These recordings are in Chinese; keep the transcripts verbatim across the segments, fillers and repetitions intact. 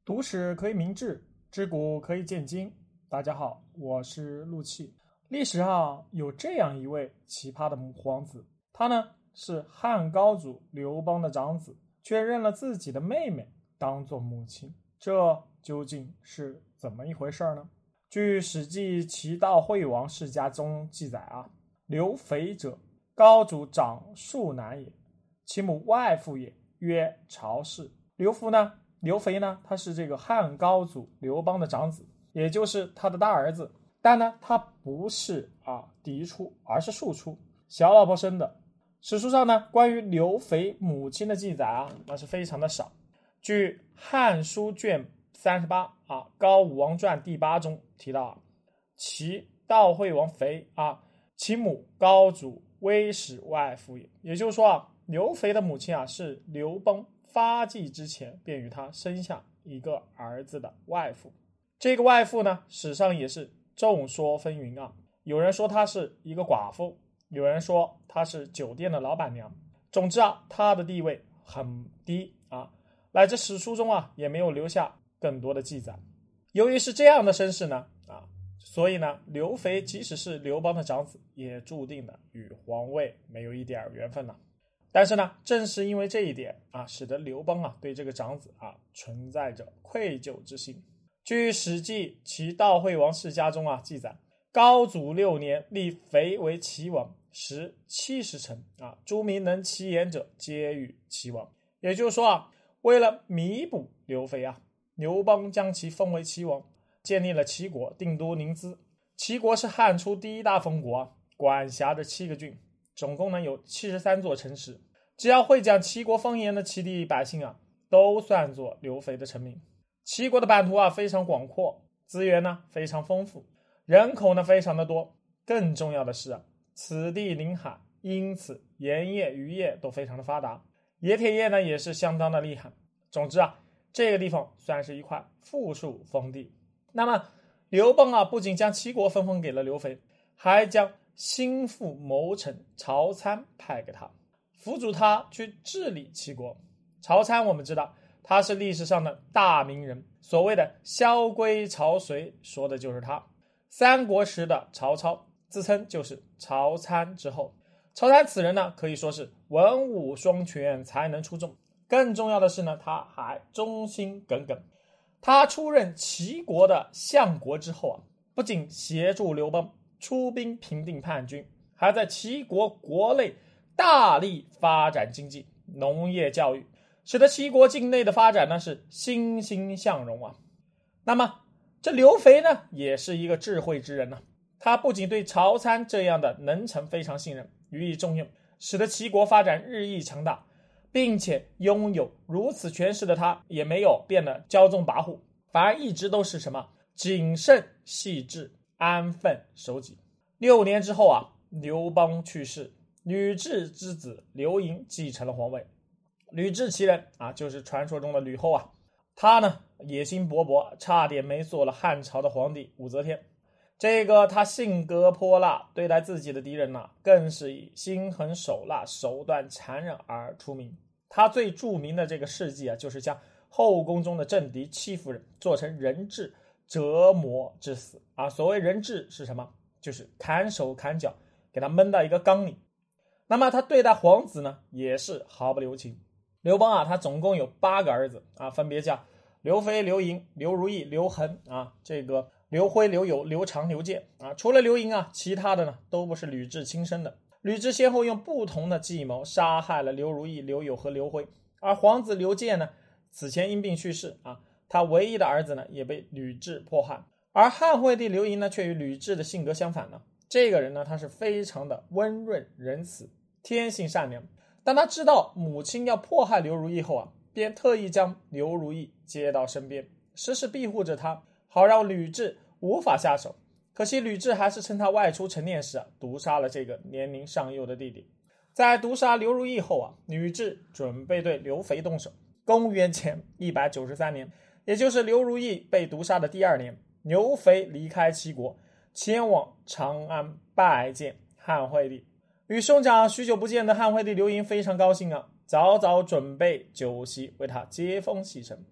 读史可以明志，知古可以鉴今。大家好，我是陆气。历史上有这样一位奇葩的皇子，他呢是汉高祖刘邦的长子，却认了自己的妹妹当做母亲，这究竟是怎么一回事呢？据《史记·齐悼惠王世家》中记载啊，刘肥者，高祖长庶男也，其母外父也，曰曹氏。刘福呢？刘肥呢，他是这个汉高祖刘邦的长子，也就是他的大儿子。但呢，他不是啊嫡出，而是庶出，小老婆生的。史书上呢，关于刘肥母亲的记载啊，那是非常的少。据《汉书》卷三十八啊，《高武王传》第八中提到啊，齐悼惠王肥啊，其母高祖威使外父也。也就是说啊，刘肥的母亲啊是刘邦发迹之前便与他生下一个儿子的外父。这个外父呢，史上也是众说纷纭啊。有人说她是一个寡妇，有人说她是酒店的老板娘。总之啊，她的地位很低啊，乃至史书中啊也没有留下更多的记载。由于是这样的身世呢啊，所以呢，刘肥即使是刘邦的长子，也注定的与皇位没有一点缘分了。但是呢，正是因为这一点啊，使得刘邦啊对这个长子啊存在着愧疚之心。据《史记·齐悼惠王世家》中啊记载，高祖六年，立肥为齐王，时七十城啊，诸民能其言者，皆与齐王。也就是说啊，为了弥补刘肥啊，刘邦将其封为齐王，建立了齐国，定都临淄。齐国是汉初第一大封国啊，管辖着七个郡。总共呢有七十三座城池，只要会讲齐国方言的齐地百姓啊，都算作刘肥的臣民。齐国的版图啊非常广阔，资源呢非常丰富，人口呢非常的多。更重要的是啊，此地临海，因此盐业、渔业都非常的发达，冶铁业呢也是相当的厉害。总之啊，这个地方算是一块富庶封地。那么刘邦啊，不仅将齐国分封给了刘肥，还将心腹谋臣曹参派给他，辅助他去治理齐国。曹参我们知道他是历史上的大名人，所谓的萧规曹随说的就是他。三国时的曹操自称就是曹参之后。曹参此人呢，可以说是文武双全，才能出众。更重要的是呢，他还忠心耿耿。他出任齐国的相国之后啊，不仅协助刘邦出兵平定叛军，还在齐国国内大力发展经济、农业、教育，使得齐国境内的发展呢是欣欣向荣啊。那么这刘肥呢，也是一个智慧之人呢、啊。他不仅对曹参这样的能臣非常信任，予以重用，使得齐国发展日益强大，并且拥有如此权势的他，也没有变得骄纵跋扈，反而一直都是什么谨慎细致、安分守己。六年之后啊，刘邦去世，吕雉之子刘盈继承了皇位。吕雉其人啊，就是传说中的吕后啊。他呢野心勃勃，差点没做了汉朝的皇帝武则天。这个他性格泼辣，对待自己的敌人呢、啊，更是以心狠手辣、手段残忍而出名。他最著名的这个事迹啊，就是将后宫中的政敌戚夫人做成人质，折磨致死啊。所谓人质是什么？就是砍手砍脚，给他闷到一个缸里。那么他对待皇子呢，也是毫不留情。刘邦啊，他总共有八个儿子啊，分别叫刘肥、刘盈、刘如意、刘恒啊，这个刘辉、刘友、刘长、刘建啊。除了刘盈啊，其他的呢都不是吕雉亲生的。吕雉先后用不同的计谋杀害了刘如意、刘友和刘辉，而皇子刘建呢，此前因病去世啊，他唯一的儿子呢也被吕雉迫害。而汉惠帝刘盈呢，却与吕雉的性格相反呢。这个人呢，他是非常的温润仁慈，天性善良。当他知道母亲要迫害刘如意后啊，便特意将刘如意接到身边，时时庇护着她，好让吕雉无法下手。可惜吕雉还是趁他外出晨练时啊，毒杀了这个年龄尚幼的弟弟。在毒杀刘如意后啊，吕雉准备对刘肥动手。公元前一百九十三年，也就是刘如意被毒杀的第二年，刘肥离开齐国，前往长安拜见汉惠帝。与兄长许久不见的汉惠帝刘盈非常高兴啊，早早准备酒席为他接风洗尘。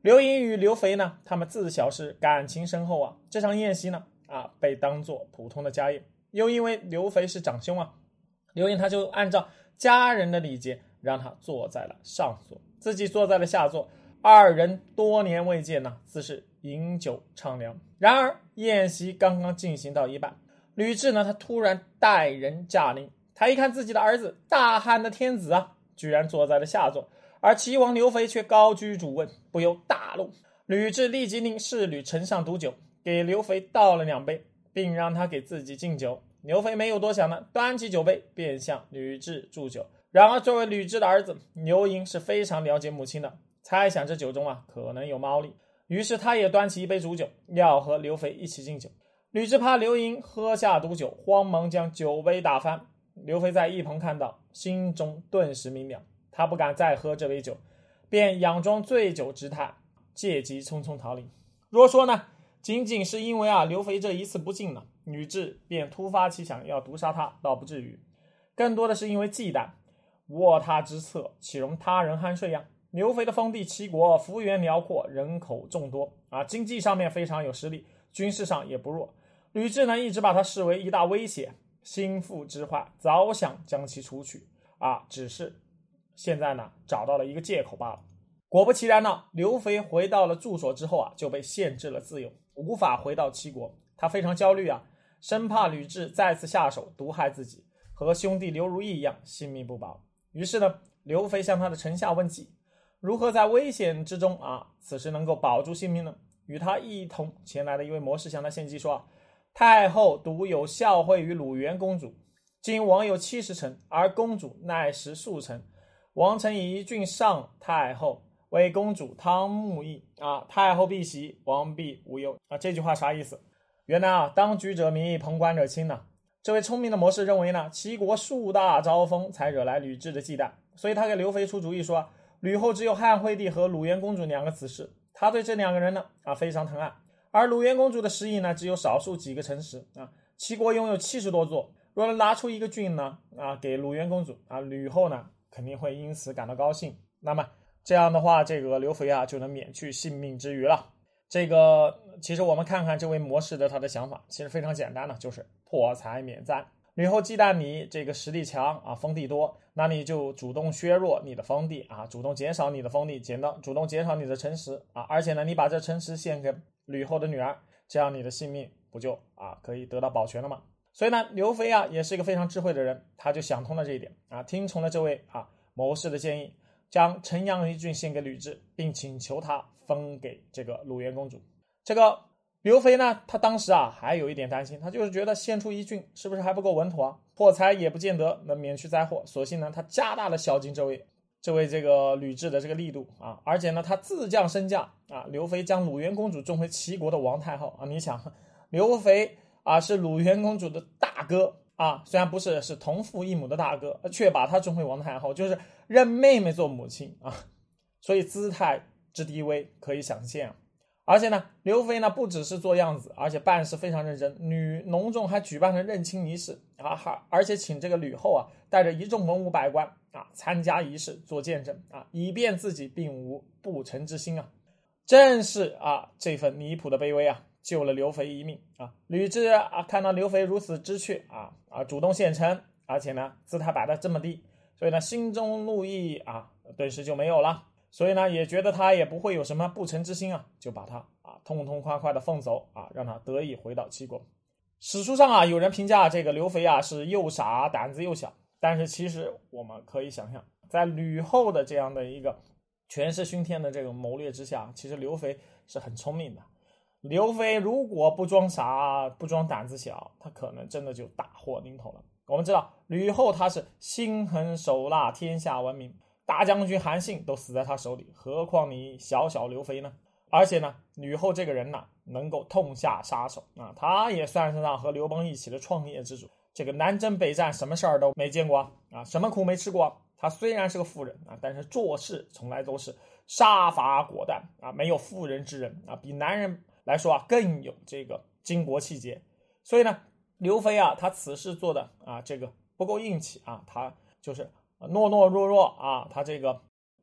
刘盈与刘肥呢，他们自小是感情深厚啊。这场宴席呢，啊，被当作普通的家宴，又因为刘肥是长兄啊，刘盈他就按照家人的礼节，让他坐在了上座，自己坐在了下座。二人多年未见呢，自是饮酒畅聊。然而宴席刚刚进行到一半，吕雉呢，他突然带人驾临。他一看自己的儿子大汉的天子啊，居然坐在了下座，而齐王刘肥却高居主位，不由大怒。吕雉立即令侍女呈上毒酒，给刘肥倒了两杯，并让他给自己敬酒。刘肥没有多想呢，端起酒杯便向吕雉祝酒。然而作为吕雉的儿子，刘盈是非常了解母亲的，猜想这酒中啊可能有猫腻，于是他也端起一杯浊酒，要和刘肥一起敬酒。吕雉怕刘盈喝下毒酒，慌忙将酒杯打翻。刘肥在一旁看到，心中顿时明了，他不敢再喝这杯酒，便佯装醉酒之态，借机匆匆逃离。若说呢，仅仅是因为啊刘肥这一次不敬呢，吕雉便突发奇想要毒杀他，倒不至于，更多的是因为忌惮。卧榻之侧，岂容他人酣睡呀？刘肥的封地齐国幅员辽阔，人口众多啊，经济上面非常有实力，军事上也不弱。吕雉呢，一直把他视为一大威胁，心腹之患，早想将其除去啊，只是现在呢找到了一个借口罢了。果不其然呢，刘肥回到了住所之后啊，就被限制了自由，无法回到齐国。他非常焦虑啊，生怕吕雉再次下手毒害自己，和兄弟刘如意一样性命不保。于是呢，刘肥向他的臣下问计，如何在危险之中啊，此时能够保住性命呢？与他一同前来的一位谋士向他献计说啊，太后独有孝惠于鲁元公主，今王有七十城，而公主乃十数城，王臣以一郡上太后，为公主汤沐邑啊，太后必喜，王必无忧啊。这句话啥意思？原来啊，当局者迷，旁观者清呢、啊。这位聪明的谋士认为呢，齐国树大招风，才惹来吕雉的忌惮，所以他给刘肥出主意说，吕后只有汉惠帝和鲁元公主两个子嗣，他对这两个人呢啊非常疼爱，而鲁元公主的食邑呢只有少数几个城池啊，齐国拥有七十多座，若能拿出一个郡呢啊给鲁元公主啊，吕后呢肯定会因此感到高兴，那么这样的话，这个刘肥啊就能免去性命之虞了。这个其实我们看看这位谋士的他的想法，其实非常简单的，就是破财免灾。吕后忌惮你这个实力强啊，封地多，那你就主动削弱你的封地啊，主动减少你的封地，减到主动减少你的城池啊，而且呢，你把这城池献给吕后的女儿，这样你的性命不就啊可以得到保全了吗？所以呢，刘肥啊也是一个非常智慧的人，他就想通了这一点啊，听从了这位啊谋士的建议，将城阳一郡献给吕雉，并请求他分给这个鲁元公主。这个刘肥呢，他当时啊还有一点担心，他就是觉得献出一郡是不是还不够稳妥啊？破财也不见得能免去灾祸，所幸呢，他加大了孝敬这位这位这个吕雉的这个力度啊，而且呢，他自降身价啊，刘肥将鲁元公主重为齐国的王太后啊。你想，刘肥啊是鲁元公主的大哥啊，虽然不是是同父异母的大哥，却把他重为王太后，就是认妹妹做母亲啊，所以姿态之低微可以想见啊。而且呢，刘肥呢不只是做样子，而且办事非常认真。女农众还举办了认亲仪式啊，而且请这个吕后啊带着一众文武百官啊参加仪式做见证啊，以便自己并无不臣之心啊。正是啊这份离谱的卑微啊，救了刘肥一命啊。吕雉啊看到刘肥如此知趣啊啊主动献城，而且呢姿态摆得这么低，所以呢心中怒意啊顿时就没有了。所以呢，也觉得他也不会有什么不臣之心啊，就把他啊痛痛快快的放走啊，让他得以回到齐国。史书上啊，有人评价这个刘肥啊是又傻胆子又小，但是其实我们可以想象，在吕后的这样的一个权势熏天的这个谋略之下，其实刘肥是很聪明的。刘肥如果不装傻，不装胆子小，他可能真的就大祸临头了。我们知道吕后她是心狠手辣，天下闻名。大将军韩信都死在他手里，何况你小小刘肥呢？而且呢，吕后这个人呢，能够痛下杀手啊，他也算是上和刘邦一起的创业之主。这个南征北战，什么事儿都没见过啊，什么苦没吃过。他虽然是个妇人啊，但是做事从来都是杀伐果断啊，没有妇人之仁啊，比男人来说啊更有这个巾帼气节。所以呢，刘肥啊，他此事做的啊，这个不够硬气啊，他就是。懦懦弱弱啊，他这个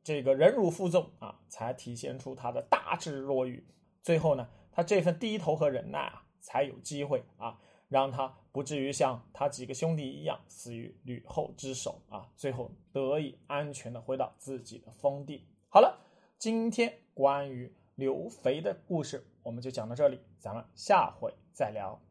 这个忍辱负重啊，才体现出他的大智若愚。最后呢，他这份低头和忍耐啊，才有机会啊，让他不至于像他几个兄弟一样死于吕后之手啊，最后得以安全的回到自己的封地。好了，今天关于刘肥的故事我们就讲到这里，咱们下回再聊。